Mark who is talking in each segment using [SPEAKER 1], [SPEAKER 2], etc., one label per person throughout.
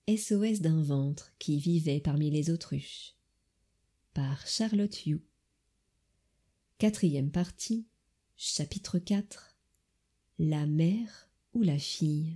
[SPEAKER 1] SOS d'un ventre qui vivait parmi les autruches par Charlotte Hugh. 4e partie, chapitre 4. La mère ou la fille?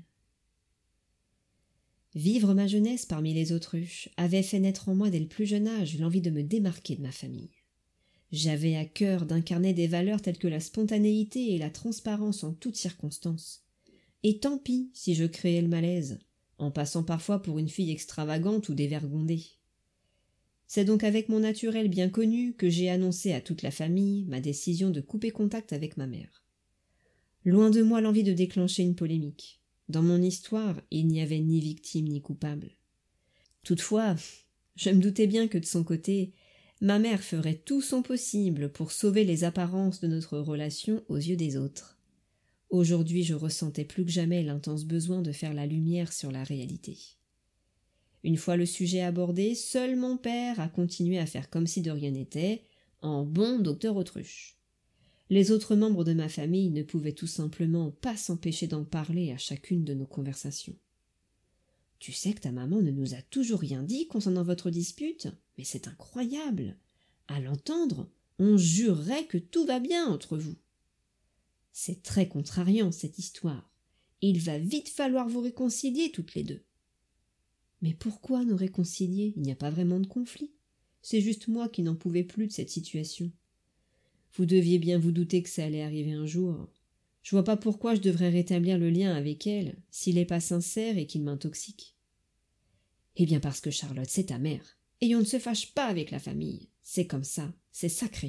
[SPEAKER 1] Vivre ma jeunesse parmi les autruches avait fait naître en moi dès le plus jeune âge l'envie de me démarquer de ma famille. J'avais à cœur d'incarner des valeurs telles que la spontanéité et la transparence en toutes circonstances. Et tant pis si je créais le malaise, en passant parfois pour une fille extravagante ou dévergondée. C'est donc avec mon naturel bien connu que j'ai annoncé à toute la famille ma décision de couper contact avec ma mère. Loin de moi l'envie de déclencher une polémique. Dans mon histoire, il n'y avait ni victime ni coupable. Toutefois, je me doutais bien que de son côté, ma mère ferait tout son possible pour sauver les apparences de notre relation aux yeux des autres. Aujourd'hui, je ressentais plus que jamais l'intense besoin de faire la lumière sur la réalité. Une fois le sujet abordé, seul mon père a continué à faire comme si de rien n'était, en bon docteur autruche. Les autres membres de ma famille ne pouvaient tout simplement pas s'empêcher d'en parler à chacune de nos conversations. « Tu sais que ta maman ne nous a toujours rien dit concernant votre dispute, mais c'est incroyable. À l'entendre, on jurerait que tout va bien entre vous. » C'est très contrariant, cette histoire. Il va vite falloir vous réconcilier toutes les deux. Mais pourquoi nous réconcilier? Il n'y a pas vraiment de conflit. C'est juste moi qui n'en pouvais plus de cette situation. Vous deviez bien vous douter que ça allait arriver un jour. Je vois pas pourquoi je devrais rétablir le lien avec elle s'il n'est pas sincère et qu'il m'intoxique. Eh bien parce que Charlotte, c'est ta mère, et on ne se fâche pas avec la famille. C'est comme ça, c'est sacré.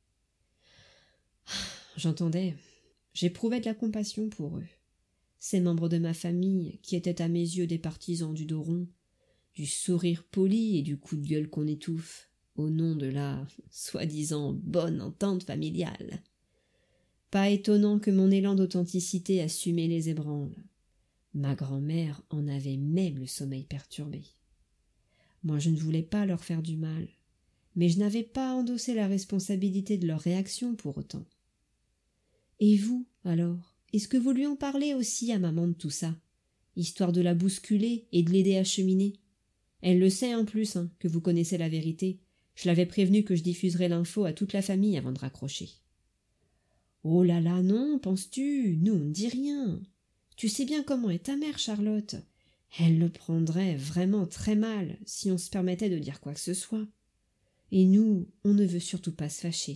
[SPEAKER 1] J'entendais. J'éprouvais de la compassion pour eux. Ces membres de ma famille, qui étaient à mes yeux des partisans du dos rond, du sourire poli et du coup de gueule qu'on étouffe, au nom de la soi-disant bonne entente familiale. Pas étonnant que mon élan d'authenticité assumé les ébranle. Ma grand-mère en avait même le sommeil perturbé. Moi, je ne voulais pas leur faire du mal, mais je n'avais pas endossé la responsabilité de leur réaction pour autant. Et vous, alors, est-ce que vous lui en parlez aussi à maman de tout ça, histoire de la bousculer et de l'aider à cheminer? Elle le sait en plus, que vous connaissez la vérité. Je l'avais prévenue que je diffuserais l'info à toute la famille avant de raccrocher. Oh là là, non, penses-tu? Nous, on ne dit rien. Tu sais bien comment est ta mère, Charlotte. Elle le prendrait vraiment très mal si on se permettait de dire quoi que ce soit. Et nous, on ne veut surtout pas se fâcher.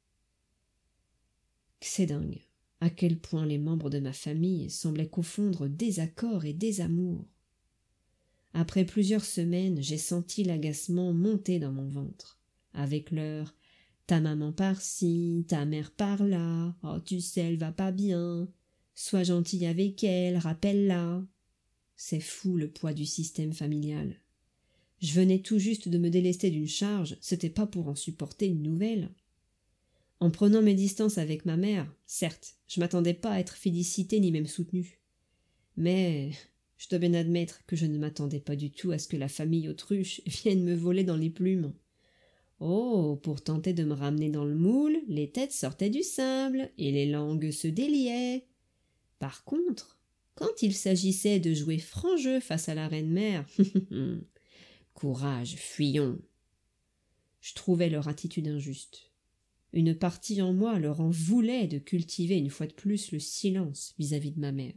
[SPEAKER 1] C'est dingue, à quel point les membres de ma famille semblaient confondre désaccord et désamour. Après plusieurs semaines, j'ai senti l'agacement monter dans mon ventre, avec leur « ta maman par-ci, ta mère par-là, oh tu sais, elle va pas bien, sois gentille avec elle, rappelle-la ». C'est fou le poids du système familial. Je venais tout juste de me délester d'une charge, c'était pas pour en supporter une nouvelle. En prenant mes distances avec ma mère, certes, je m'attendais pas à être félicitée ni même soutenue. Mais je dois bien admettre que je ne m'attendais pas du tout à ce que la famille autruche vienne me voler dans les plumes. Oh, pour tenter de me ramener dans le moule, les têtes sortaient du sable et les langues se déliaient. Par contre, quand il s'agissait de jouer franc jeu face à la reine-mère, courage, fuyons. Je trouvais leur attitude injuste. Une partie en moi leur en voulait de cultiver une fois de plus le silence vis-à-vis de ma mère.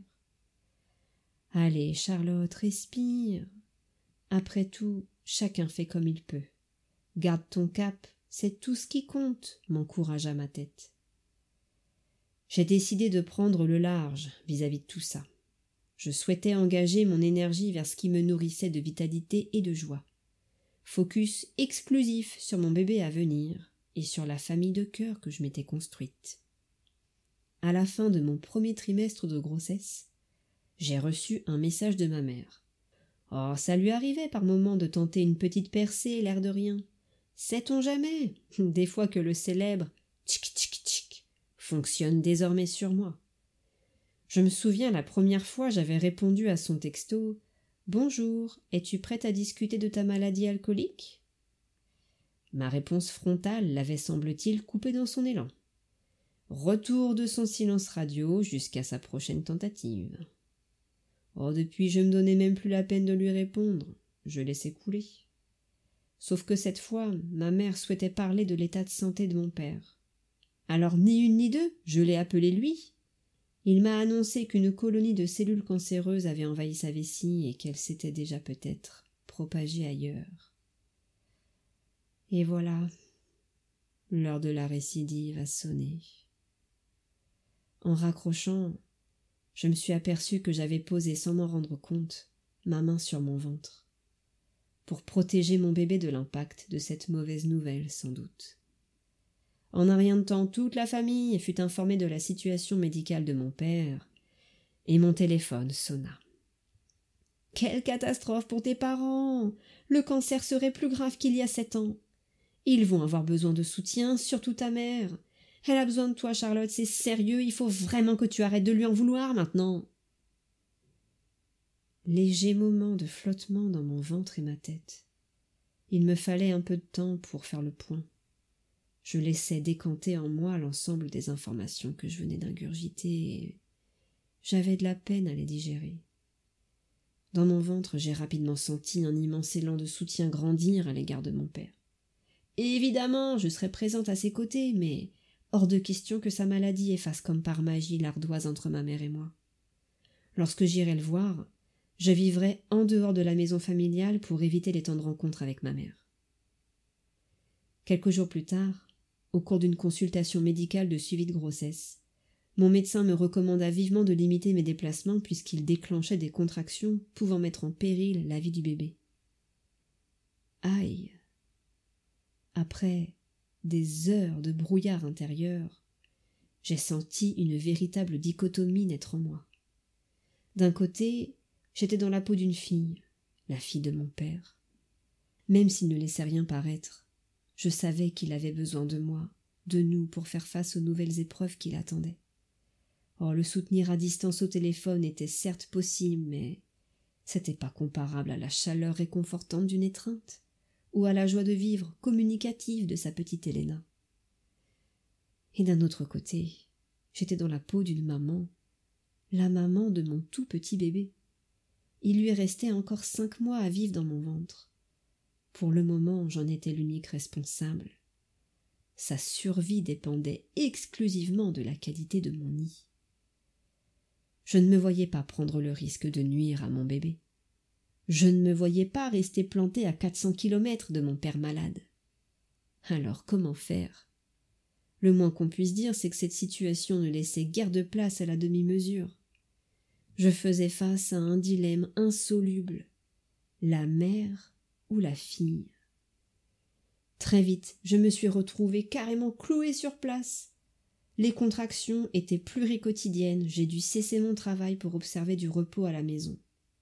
[SPEAKER 1] Allez, Charlotte, respire. Après tout, chacun fait comme il peut. Garde ton cap, c'est tout ce qui compte, m'encouragea ma tête. J'ai décidé de prendre le large vis-à-vis de tout ça. Je souhaitais engager mon énergie vers ce qui me nourrissait de vitalité et de joie. Focus exclusif sur mon bébé à venir et sur la famille de cœur que je m'étais construite. À la fin de mon premier trimestre de grossesse, j'ai reçu un message de ma mère. Oh, ça lui arrivait par moments de tenter une petite percée, l'air de rien. Sait-on jamais, des fois que le célèbre « tchic tchic tchic » fonctionne désormais sur moi. Je me souviens la première fois j'avais répondu à son texto « Bonjour, es-tu prête à discuter de ta maladie alcoolique ?» Ma réponse frontale l'avait, semble-t-il, coupé dans son élan. Retour de son silence radio jusqu'à sa prochaine tentative. Oh, depuis, je me donnais même plus la peine de lui répondre. Je laissais couler. Sauf que cette fois, ma mère souhaitait parler de l'état de santé de mon père. Alors ni une ni deux, je l'ai appelé lui. Il m'a annoncé qu'une colonie de cellules cancéreuses avait envahi sa vessie et qu'elle s'était déjà peut-être propagée ailleurs. Et voilà, l'heure de la récidive a sonné. En raccrochant, je me suis aperçu que j'avais posé sans m'en rendre compte ma main sur mon ventre, pour protéger mon bébé de l'impact de cette mauvaise nouvelle sans doute. En un rien de temps, toute la famille fut informée de la situation médicale de mon père, et mon téléphone sonna. « Quelle catastrophe pour tes parents! Le cancer serait plus grave qu'il y a 7 ans. Ils vont avoir besoin de soutien, surtout ta mère. Elle a besoin de toi, Charlotte, c'est sérieux, il faut vraiment que tu arrêtes de lui en vouloir maintenant. » Léger moment de flottement dans mon ventre et ma tête. Il me fallait un peu de temps pour faire le point. Je laissais décanter en moi l'ensemble des informations que je venais d'ingurgiter et j'avais de la peine à les digérer. Dans mon ventre, j'ai rapidement senti un immense élan de soutien grandir à l'égard de mon père. Et évidemment, je serais présente à ses côtés, mais hors de question que sa maladie efface comme par magie l'ardoise entre ma mère et moi. Lorsque j'irai le voir, je vivrai en dehors de la maison familiale pour éviter les temps de rencontre avec ma mère. Quelques jours plus tard, au cours d'une consultation médicale de suivi de grossesse, mon médecin me recommanda vivement de limiter mes déplacements puisqu'il déclenchait des contractions pouvant mettre en péril la vie du bébé. Aïe! Après des heures de brouillard intérieur, j'ai senti une véritable dichotomie naître en moi. D'un côté, j'étais dans la peau d'une fille, la fille de mon père. Même s'il ne laissait rien paraître, je savais qu'il avait besoin de moi, de nous, pour faire face aux nouvelles épreuves qui l'attendaient. Or, le soutenir à distance au téléphone était certes possible, mais c'était pas comparable à la chaleur réconfortante d'une étreinte, ou à la joie de vivre communicative de sa petite Helena. Et d'un autre côté, j'étais dans la peau d'une maman, la maman de mon tout petit bébé. Il lui restait encore 5 mois à vivre dans mon ventre. Pour le moment, j'en étais l'unique responsable. Sa survie dépendait exclusivement de la qualité de mon nid. Je ne me voyais pas prendre le risque de nuire à mon bébé. Je ne me voyais pas rester plantée à 400 kilomètres de mon père malade. Alors comment faire? Le moins qu'on puisse dire, c'est que cette situation ne laissait guère de place à la demi-mesure. Je faisais face à un dilemme insoluble, la mère ou la fille. Très vite, je me suis retrouvée carrément clouée sur place. Les contractions étaient pluriquotidiennes, j'ai dû cesser mon travail pour observer du repos à la maison.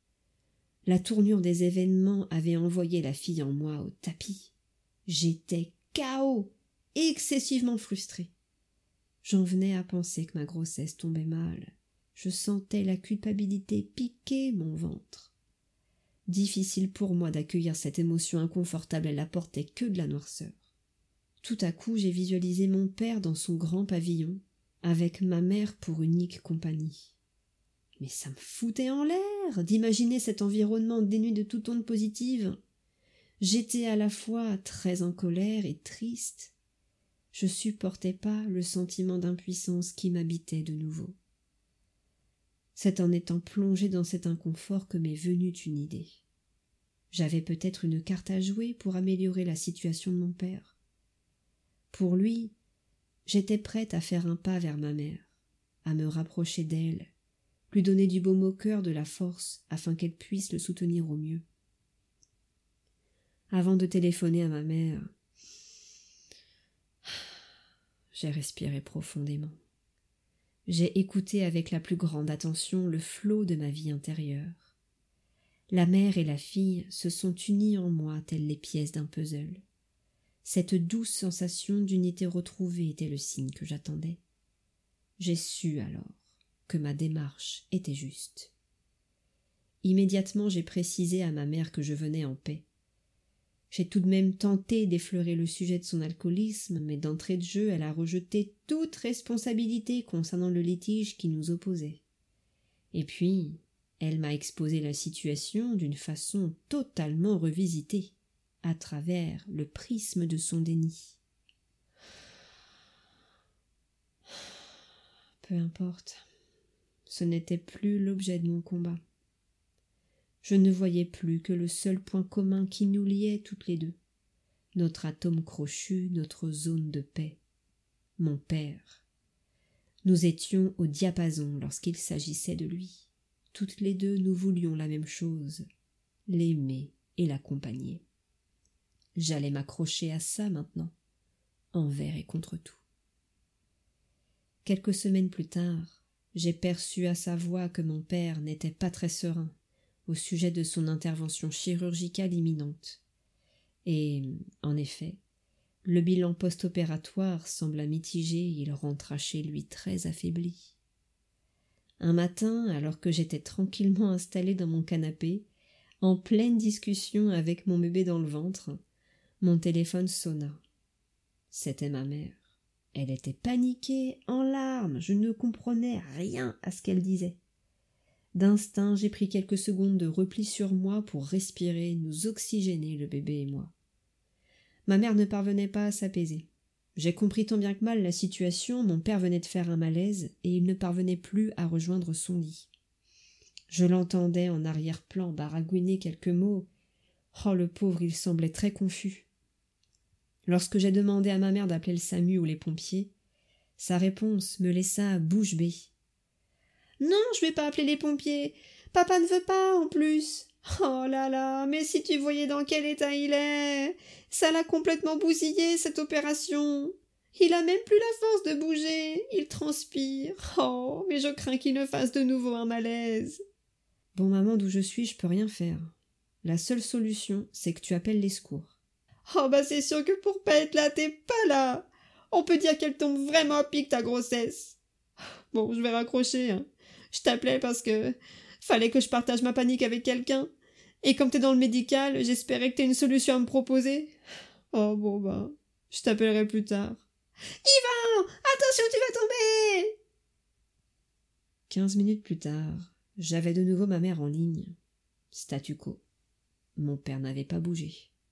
[SPEAKER 1] La tournure des événements avait envoyé la fille en moi au tapis. J'étais KO, excessivement frustrée. J'en venais à penser que ma grossesse tombait mal. Je sentais la culpabilité piquer mon ventre. Difficile pour moi d'accueillir cette émotion inconfortable, elle n'apportait que de la noirceur. Tout à coup, j'ai visualisé mon père dans son grand pavillon, avec ma mère pour unique compagnie. Mais ça me foutait en l'air d'imaginer cet environnement dénué de toute onde positive. J'étais à la fois très en colère et triste. Je supportais pas le sentiment d'impuissance qui m'habitait de nouveau. C'est en étant plongée dans cet inconfort que m'est venue une idée. J'avais peut-être une carte à jouer pour améliorer la situation de mon père. Pour lui, j'étais prête à faire un pas vers ma mère, à me rapprocher d'elle, lui donner du baume au cœur, de la force, afin qu'elle puisse le soutenir au mieux. Avant de téléphoner à ma mère, j'ai respiré profondément. J'ai écouté avec la plus grande attention le flot de ma vie intérieure. La mère et la fille se sont unies en moi telles les pièces d'un puzzle. Cette douce sensation d'unité retrouvée était le signe que j'attendais. J'ai su alors que ma démarche était juste. Immédiatement, j'ai précisé à ma mère que je venais en paix. J'ai tout de même tenté d'effleurer le sujet de son alcoolisme, mais d'entrée de jeu, elle a rejeté toute responsabilité concernant le litige qui nous opposait. Et puis, Elle m'a exposé la situation d'une façon totalement revisitée, à travers le prisme de son déni. Peu importe, ce n'était plus l'objet de mon combat. Je ne voyais plus que le seul point commun qui nous liait toutes les deux, notre atome crochu, notre zone de paix, mon père. Nous étions au diapason lorsqu'il s'agissait de lui. Toutes les deux nous voulions la même chose, l'aimer et l'accompagner. J'allais m'accrocher à ça maintenant, envers et contre tout. Quelques semaines plus tard, j'ai perçu à sa voix que mon père n'était pas très serein au sujet de son intervention chirurgicale imminente. Et, en effet, le bilan post-opératoire sembla mitigé et il rentra chez lui très affaibli. Un matin, alors que j'étais tranquillement installée dans mon canapé, en pleine discussion avec mon bébé dans le ventre, mon téléphone sonna. C'était ma mère. Elle était paniquée, en larmes, je ne comprenais rien à ce qu'elle disait. D'instinct, j'ai pris quelques secondes de repli sur moi pour respirer, nous oxygéner, le bébé et moi. Ma mère ne parvenait pas à s'apaiser. J'ai compris tant bien que mal la situation, mon père venait de faire un malaise et il ne parvenait plus à rejoindre son lit. Je l'entendais en arrière-plan baragouiner quelques mots. Oh, le pauvre, il semblait très confus. Lorsque j'ai demandé à ma mère d'appeler le SAMU ou les pompiers, sa réponse me laissa bouche bée. « Non, je vais pas appeler les pompiers. Papa ne veut pas, en plus. Oh là là, mais si tu voyais dans quel état il est. Ça l'a complètement bousillé, cette opération. Il a même plus la force de bouger. Il transpire. Oh, mais je crains qu'il ne fasse de nouveau un malaise. » Bon, maman, d'où je suis, je peux rien faire. La seule solution, c'est que tu appelles les secours. Oh bah c'est sûr que pour pas être là, t'es pas là. On peut dire qu'elle tombe vraiment à pic ta grossesse. Bon, je vais raccrocher, hein. Je t'appelais parce que fallait que je partage ma panique avec quelqu'un. Et comme t'es dans le médical, j'espérais que t'aies une solution à me proposer. Oh bon bah, je t'appellerai plus tard. Yvan, attention, tu vas tomber! 15 minutes plus tard, j'avais de nouveau ma mère en ligne. Statu quo. Mon père n'avait pas bougé.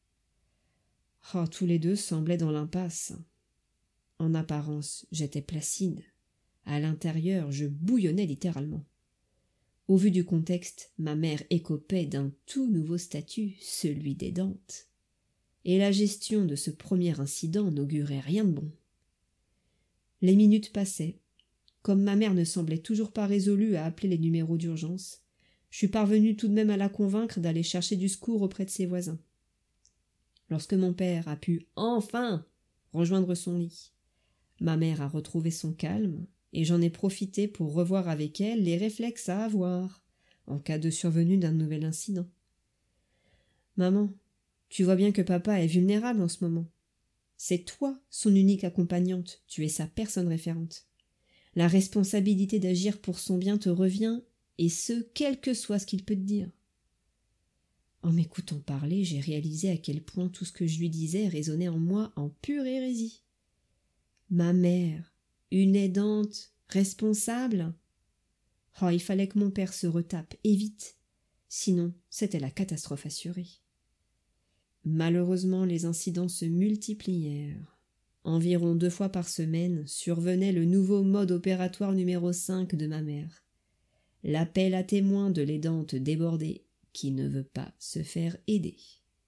[SPEAKER 1] Oh, tous les deux semblaient dans l'impasse. En apparence, j'étais placide. À l'intérieur, je bouillonnais littéralement. Au vu du contexte, ma mère écopait d'un tout nouveau statut, celui d'aidante. Et la gestion de ce premier incident n'augurait rien de bon. Les minutes passaient. Comme ma mère ne semblait toujours pas résolue à appeler les numéros d'urgence, je suis parvenue tout de même à la convaincre d'aller chercher du secours auprès de ses voisins. Lorsque mon père a pu enfin rejoindre son lit, ma mère a retrouvé son calme et j'en ai profité pour revoir avec elle les réflexes à avoir en cas de survenue d'un nouvel incident. « Maman, tu vois bien que papa est vulnérable en ce moment. C'est toi, son unique accompagnante, tu es sa personne référente. La responsabilité d'agir pour son bien te revient, et ce, quel que soit ce qu'il peut te dire. » En m'écoutant parler, j'ai réalisé à quel point tout ce que je lui disais résonnait en moi en pure hérésie. Ma mère, une aidante, responsable. Oh, il fallait que mon père se retape, et vite. Sinon, c'était la catastrophe assurée. Malheureusement, les incidents se multiplièrent. Environ 2 fois par semaine survenait le nouveau mode opératoire numéro 5 de ma mère. L'appel à témoins de l'aidante débordée qui ne veut pas se faire aider.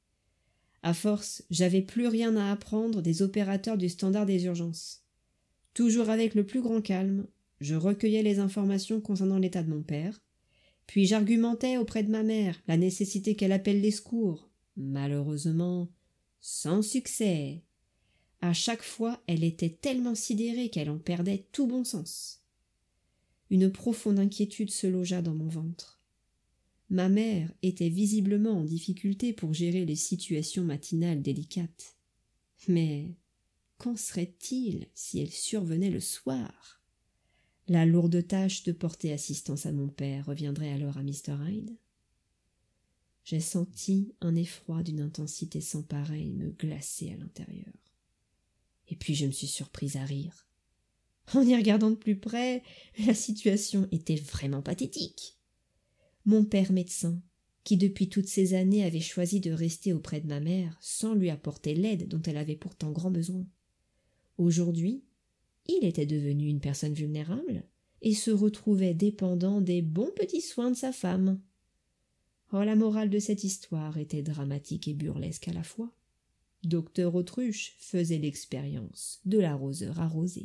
[SPEAKER 1] À force, j'avais plus rien à apprendre des opérateurs du standard des urgences. Toujours avec le plus grand calme, je recueillais les informations concernant l'état de mon père, puis j'argumentais auprès de ma mère la nécessité qu'elle appelle les secours. Malheureusement, sans succès. À chaque fois, elle était tellement sidérée qu'elle en perdait tout bon sens. Une profonde inquiétude se logea dans mon ventre. Ma mère était visiblement en difficulté pour gérer les situations matinales délicates. Mais qu'en serait-il si elle survenait le soir? La lourde tâche de porter assistance à mon père reviendrait alors à Mr. Hyde. J'ai senti un effroi d'une intensité sans pareille me glacer à l'intérieur. Et puis je me suis surprise à rire. En y regardant de plus près, la situation était vraiment pathétique. mon père médecin, qui depuis toutes ces années avait choisi de rester auprès de ma mère sans lui apporter l'aide dont elle avait pourtant grand besoin. Aujourd'hui, il était devenu une personne vulnérable et se retrouvait dépendant des bons petits soins de sa femme. Oh, la morale de cette histoire était dramatique et burlesque à la fois. Docteur Autruche faisait l'expérience de l'arroseur arrosé.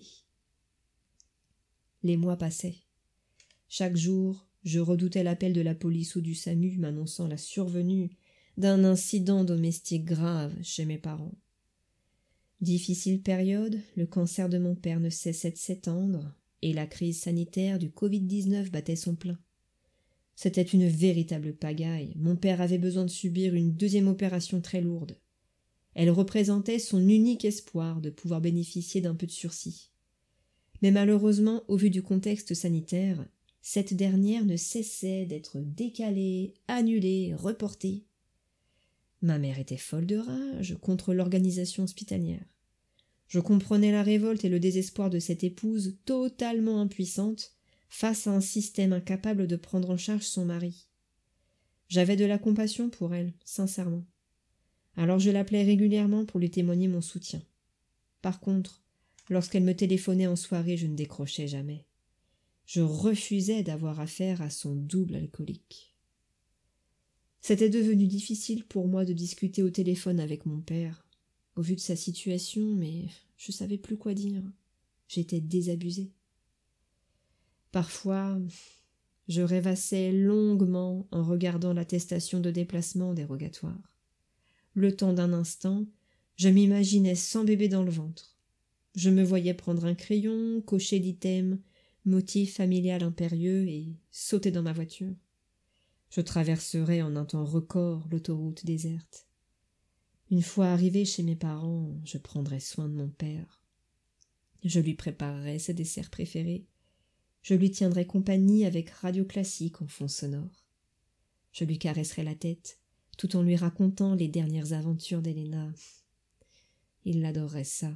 [SPEAKER 1] Les mois passaient. Chaque jour, je redoutais l'appel de la police ou du SAMU m'annonçant la survenue d'un incident domestique grave chez mes parents. Difficile période, le cancer de mon père ne cessait de s'étendre et la crise sanitaire du Covid-19 battait son plein. C'était une véritable pagaille. Mon père avait besoin de subir une deuxième opération très lourde. Elle représentait son unique espoir de pouvoir bénéficier d'un peu de sursis. Mais malheureusement, au vu du contexte sanitaire, cette dernière ne cessait d'être décalée, annulée, reportée. Ma mère était folle de rage contre l'organisation hospitalière. Je comprenais la révolte et le désespoir de cette épouse totalement impuissante face à un système incapable de prendre en charge son mari. J'avais de la compassion pour elle, sincèrement. Alors je l'appelais régulièrement pour lui témoigner mon soutien. Par contre, lorsqu'elle me téléphonait en soirée, je ne décrochais jamais. Je refusais d'avoir affaire à son double alcoolique. C'était devenu difficile pour moi de discuter au téléphone avec mon père, au vu de sa situation, mais je ne savais plus quoi dire. J'étais désabusée. Parfois, je rêvassais longuement en regardant l'attestation de déplacement dérogatoire. Le temps d'un instant, je m'imaginais sans bébé dans le ventre. Je me voyais prendre un crayon, cocher l'item « motif familial impérieux » et sauter dans ma voiture. Je traverserais en un temps record l'autoroute déserte. Une fois arrivé chez mes parents, je prendrais soin de mon père. Je lui préparerais ses desserts préférés. Je lui tiendrais compagnie avec radio classique en fond sonore. Je lui caresserais la tête, tout en lui racontant les dernières aventures d'Helena. Il adorerait ça.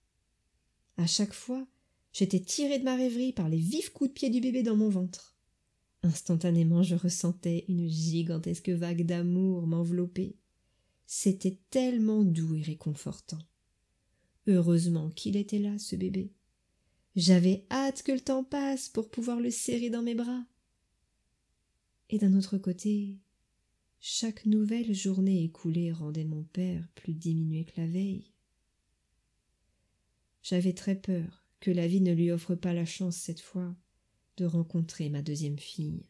[SPEAKER 1] À chaque fois, j'étais tirée de ma rêverie par les vifs coups de pied du bébé dans mon ventre. Instantanément, je ressentais une gigantesque vague d'amour m'envelopper. C'était tellement doux et réconfortant. Heureusement qu'il était là, ce bébé. J'avais hâte que le temps passe pour pouvoir le serrer dans mes bras. Et d'un autre côté, chaque nouvelle journée écoulée rendait mon père plus diminué que la veille. J'avais très peur que la vie ne lui offre pas la chance cette fois de rencontrer ma deuxième fille.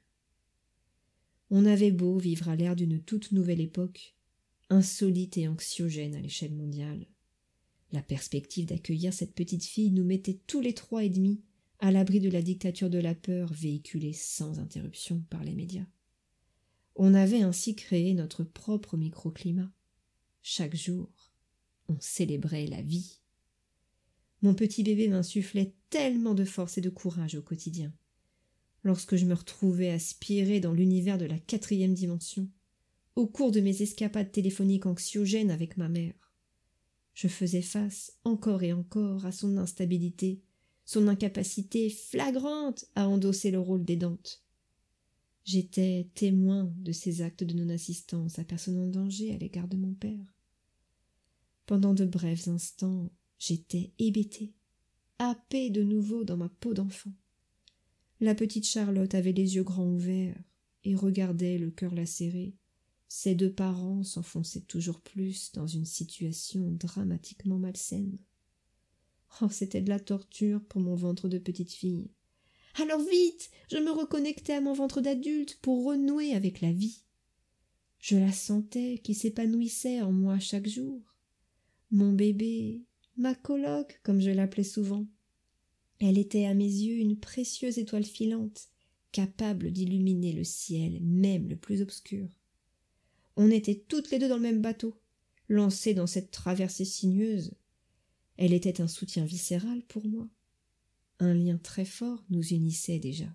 [SPEAKER 1] On avait beau vivre à l'ère d'une toute nouvelle époque, insolite et anxiogène à l'échelle mondiale. La perspective d'accueillir cette petite fille nous mettait tous les 3 et demi à l'abri de la dictature de la peur véhiculée sans interruption par les médias. On avait ainsi créé notre propre microclimat. Chaque jour, on célébrait la vie. Mon petit bébé m'insufflait tellement de force et de courage au quotidien. Lorsque je me retrouvais aspirée dans l'univers de la 4e dimension, au cours de mes escapades téléphoniques anxiogènes avec ma mère, je faisais face encore et encore à son instabilité, son incapacité flagrante à endosser le rôle d'aidante. J'étais témoin de ces actes de non-assistance à personne en danger à l'égard de mon père. Pendant de brefs instants, j'étais hébétée, happée de nouveau dans ma peau d'enfant. La petite Charlotte avait les yeux grands ouverts et regardait, le cœur lacéré. Ses 2 parents s'enfonçaient toujours plus dans une situation dramatiquement malsaine. Oh, c'était de la torture pour mon ventre de petite fille. Alors vite, je me reconnectais à mon ventre d'adulte pour renouer avec la vie. Je la sentais qui s'épanouissait en moi chaque jour. Mon bébé, ma coloc, comme je l'appelais souvent. Elle était à mes yeux une précieuse étoile filante, capable d'illuminer le ciel, même le plus obscur. On était toutes les 2 dans le même bateau, lancées dans cette traversée sinueuse. Elle était un soutien viscéral pour moi. Un lien très fort nous unissait déjà.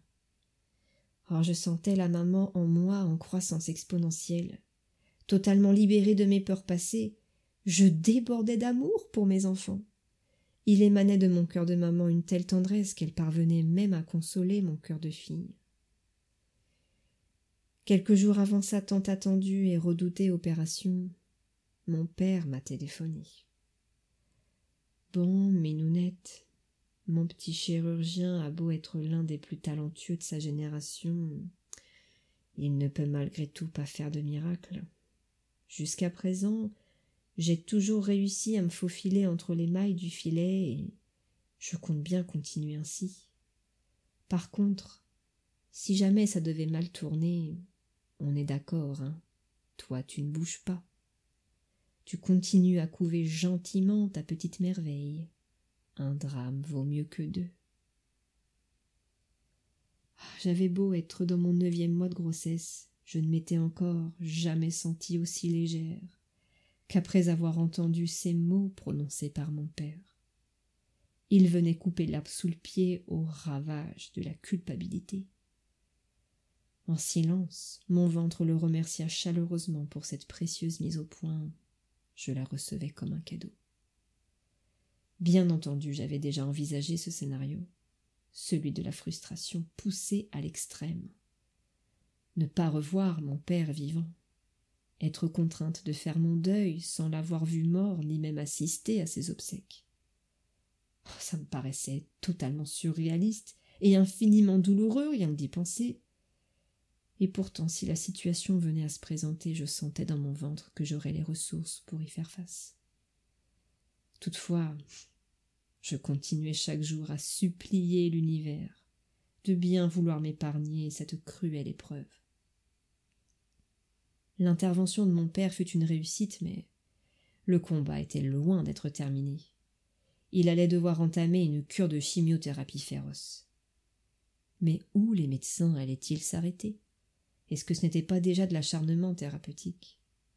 [SPEAKER 1] Or je sentais la maman en moi en croissance exponentielle. Totalement libérée de mes peurs passées, je débordais d'amour pour mes enfants. Il émanait de mon cœur de maman une telle tendresse qu'elle parvenait même à consoler mon cœur de fille. Quelques jours avant sa tant attendue et redoutée opération, mon père m'a téléphoné. Bon, Minounette, mon petit chirurgien a beau être l'un des plus talentueux de sa génération, il ne peut malgré tout pas faire de miracle. Jusqu'à présent, j'ai toujours réussi à me faufiler entre les mailles du filet et je compte bien continuer ainsi. Par contre, si jamais ça devait mal tourner, on est d'accord, hein. Toi, tu ne bouges pas. Tu continues à couver gentiment ta petite merveille. Un drame vaut mieux que deux. J'avais beau être dans mon 9e mois de grossesse, je ne m'étais encore jamais sentie aussi légère qu'après avoir entendu ces mots prononcés par mon père. Il venait couper l'herbe sous le pied au ravage de la culpabilité. En silence, mon ventre le remercia chaleureusement pour cette précieuse mise au point. Je la recevais comme un cadeau. Bien entendu, j'avais déjà envisagé ce scénario, celui de la frustration poussée à l'extrême. Ne pas revoir mon père vivant, être contrainte de faire mon deuil sans l'avoir vu mort ni même assister à ses obsèques. Ça me paraissait totalement surréaliste et infiniment douloureux rien que d'y penser. Et pourtant, si la situation venait à se présenter, je sentais dans mon ventre que j'aurais les ressources pour y faire face. Toutefois, je continuais chaque jour à supplier l'univers de bien vouloir m'épargner cette cruelle épreuve. L'intervention de mon père fut une réussite, mais le combat était loin d'être terminé. Il allait devoir entamer une cure de chimiothérapie féroce. Mais où les médecins allaient-ils s'arrêter ? Est-ce que ce n'était pas déjà de l'acharnement thérapeutique ?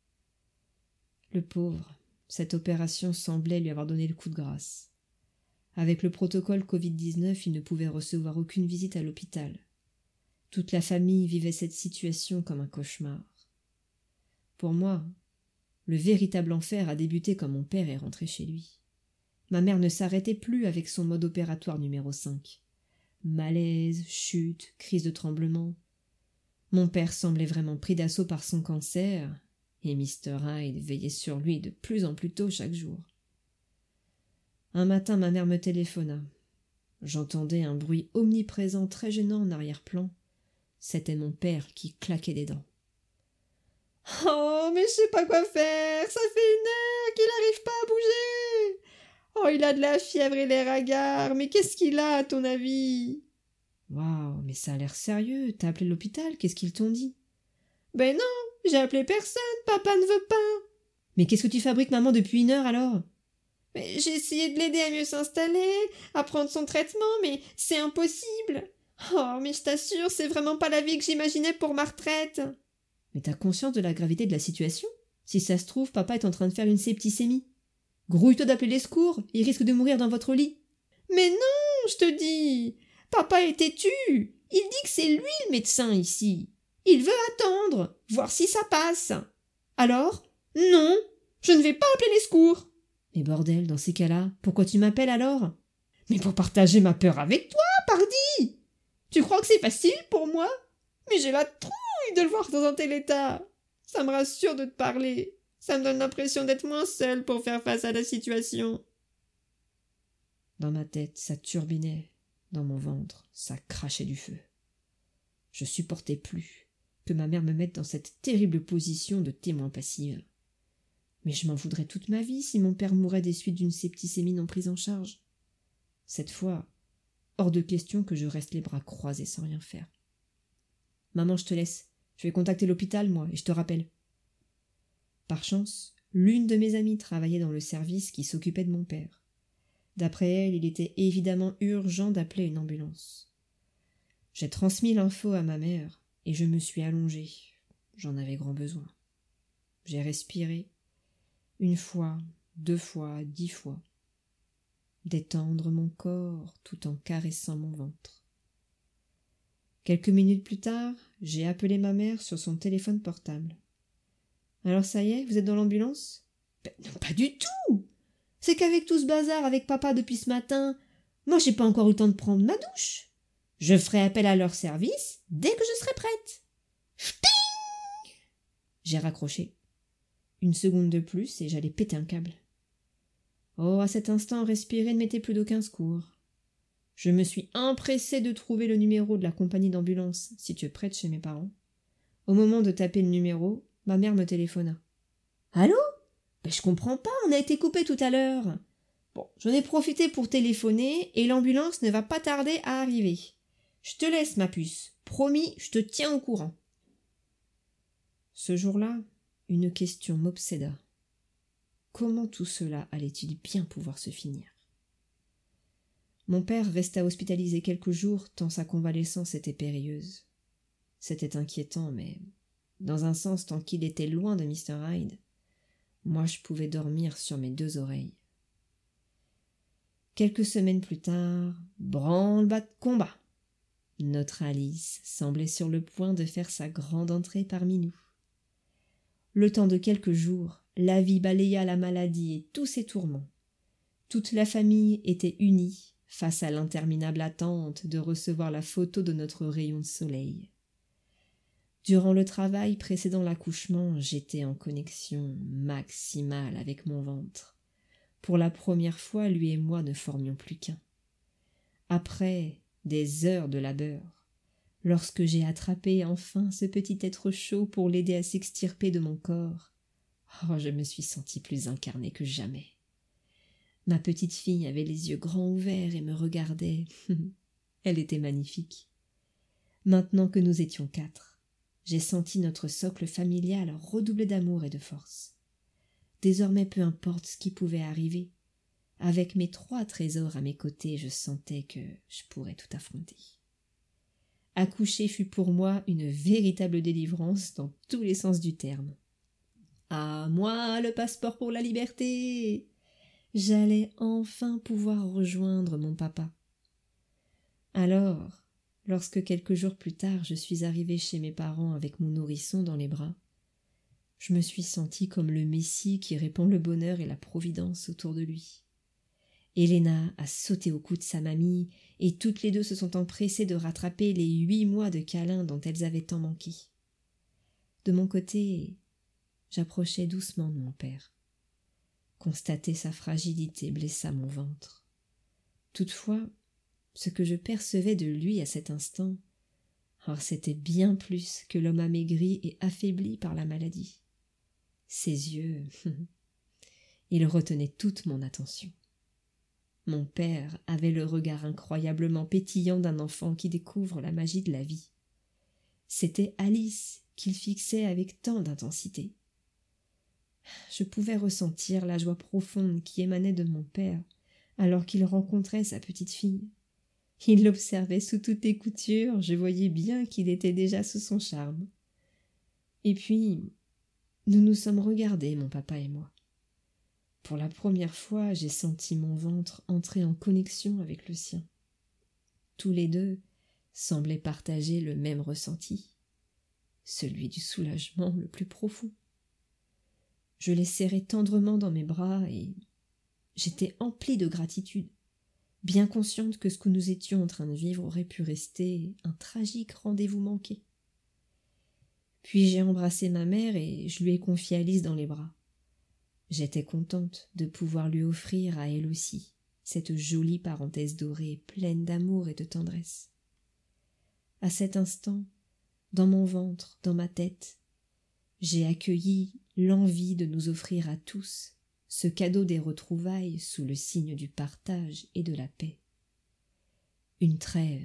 [SPEAKER 1] Le pauvre, cette opération semblait lui avoir donné le coup de grâce. Avec le protocole Covid-19, il ne pouvait recevoir aucune visite à l'hôpital. Toute la famille vivait cette situation comme un cauchemar. Pour moi, le véritable enfer a débuté quand mon père est rentré chez lui. Ma mère ne s'arrêtait plus avec son mode opératoire numéro 5. Malaise, chute, crise de tremblement. Mon père semblait vraiment pris d'assaut par son cancer, et Mr. Hyde veillait sur lui de plus en plus tôt chaque jour. Un matin, ma mère me téléphona. J'entendais un bruit omniprésent très gênant en arrière-plan. C'était mon père qui claquait des dents. « Oh, mais je sais pas quoi faire, ça fait 1 heure qu'il n'arrive pas à bouger. Oh, il a de la fièvre et l'air hagard, mais qu'est-ce qu'il a, à ton avis ?» Waouh, mais ça a l'air sérieux, t'as appelé l'hôpital, qu'est-ce qu'ils t'ont dit ? Ben non, j'ai appelé personne, papa ne veut pas. Mais qu'est-ce que tu fabriques, maman, depuis 1 heure alors ? Mais j'ai essayé de l'aider à mieux s'installer, à prendre son traitement, mais c'est impossible. Oh, mais je t'assure, c'est vraiment pas la vie que j'imaginais pour ma retraite. Mais t'as conscience de la gravité de la situation ? Si ça se trouve, papa est en train de faire une septicémie. Grouille-toi d'appeler les secours, il risque de mourir dans votre lit. Mais non, je te dis. Papa est têtu. Il dit que c'est lui le médecin ici. Il veut attendre, voir si ça passe. Alors, non, je ne vais pas appeler les secours. Mais bordel, dans ces cas-là, pourquoi tu m'appelles alors ? Mais pour partager ma peur avec toi, pardi. Tu crois que c'est facile pour moi ? Mais j'ai la trouille de le voir dans un tel état. Ça me rassure de te parler. Ça me donne l'impression d'être moins seule pour faire face à la situation. Dans ma tête, ça turbinait. Dans mon ventre, ça crachait du feu. Je supportais plus que ma mère me mette dans cette terrible position de témoin passive. Mais je m'en voudrais toute ma vie si mon père mourait des suites d'une septicémie non prise en charge. Cette fois, hors de question que je reste les bras croisés sans rien faire. Maman, je te laisse. Je vais contacter l'hôpital, moi, et je te rappelle. Par chance, l'une de mes amies travaillait dans le service qui s'occupait de mon père. D'après elle, il était évidemment urgent d'appeler une ambulance. J'ai transmis l'info à ma mère, et je me suis allongée. J'en avais grand besoin. J'ai respiré. 1 fois, 2 fois, 10 fois. Détendre mon corps tout en caressant mon ventre. Quelques minutes plus tard, j'ai appelé ma mère sur son téléphone portable. « Alors ça y est, vous êtes dans l'ambulance ?»« Ben non, pas du tout. C'est qu'avec tout ce bazar avec papa depuis ce matin, moi j'ai pas encore eu le temps de prendre ma douche. Je ferai appel à leur service dès que je serai prête. » Ch'ting ! J'ai raccroché. Une seconde de plus et j'allais péter un câble. Oh, à cet instant, respirer ne m'était plus d'aucun secours. Je me suis empressée de trouver le numéro de la compagnie d'ambulance, située près de chez mes parents. Au moment de taper le numéro, ma mère me téléphona. « Allô ? Ben, je comprends pas, on a été coupé tout à l'heure. Bon, j'en ai profité pour téléphoner et l'ambulance ne va pas tarder à arriver. Je te laisse, ma puce. Promis, je te tiens au courant. » Ce jour-là, une question m'obséda. Comment tout cela allait-il bien pouvoir se finir ? Mon père resta hospitalisé quelques jours tant sa convalescence était périlleuse. C'était inquiétant, mais dans un sens, tant qu'il était loin de Mr. Hyde, moi je pouvais dormir sur mes 2 oreilles. Quelques semaines plus tard, branle-bas de combat. Notre Alice semblait sur le point de faire sa grande entrée parmi nous. Le temps de quelques jours, la vie balaya la maladie et tous ses tourments. Toute la famille était unie face à l'interminable attente de recevoir la photo de notre rayon de soleil. Durant le travail précédant l'accouchement, j'étais en connexion maximale avec mon ventre. Pour la première fois, lui et moi ne formions plus qu'un. Après des heures de labeur, lorsque j'ai attrapé enfin ce petit être chaud pour l'aider à s'extirper de mon corps, je me suis sentie plus incarnée que jamais. Ma petite fille avait les yeux grands ouverts et me regardait. Elle était magnifique. Maintenant que nous étions 4, j'ai senti notre socle familial redoubler d'amour et de force. Désormais, peu importe ce qui pouvait arriver, avec mes 3 trésors à mes côtés, je sentais que je pourrais tout affronter. Accoucher fut pour moi une véritable délivrance dans tous les sens du terme. À moi le passeport pour la liberté! J'allais enfin pouvoir rejoindre mon papa. Alors, lorsque quelques jours plus tard je suis arrivée chez mes parents avec mon nourrisson dans les bras, je me suis sentie comme le Messie qui répand le bonheur et la providence autour de lui. Helena a sauté au cou de sa mamie et toutes les 2 se sont empressées de rattraper les 8 mois de câlins dont elles avaient tant manqué. De mon côté, j'approchais doucement de mon père. Constater sa fragilité blessa mon ventre. Toutefois, ce que je percevais de lui à cet instant, c'était bien plus que l'homme amaigri et affaibli par la maladie. Ses yeux, ils retenaient toute mon attention. Mon père avait le regard incroyablement pétillant d'un enfant qui découvre la magie de la vie. C'était Alice qu'il fixait avec tant d'intensité. Je pouvais ressentir la joie profonde qui émanait de mon père alors qu'il rencontrait sa petite fille. Il l'observait sous toutes les coutures, je voyais bien qu'il était déjà sous son charme. Et puis, nous nous sommes regardés, mon papa et moi. Pour la première fois, j'ai senti mon ventre entrer en connexion avec le sien. Tous les 2 semblaient partager le même ressenti, celui du soulagement le plus profond. Je les serrais tendrement dans mes bras et j'étais emplie de gratitude, bien consciente que ce que nous étions en train de vivre aurait pu rester un tragique rendez-vous manqué. Puis j'ai embrassé ma mère et je lui ai confié Alice dans les bras. J'étais contente de pouvoir lui offrir à elle aussi cette jolie parenthèse dorée pleine d'amour et de tendresse. À cet instant, dans mon ventre, dans ma tête, j'ai accueilli l'envie de nous offrir à tous ce cadeau des retrouvailles sous le signe du partage et de la paix. Une trêve,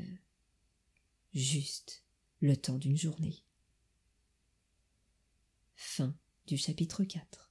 [SPEAKER 1] juste le temps d'une journée. Fin du chapitre 4.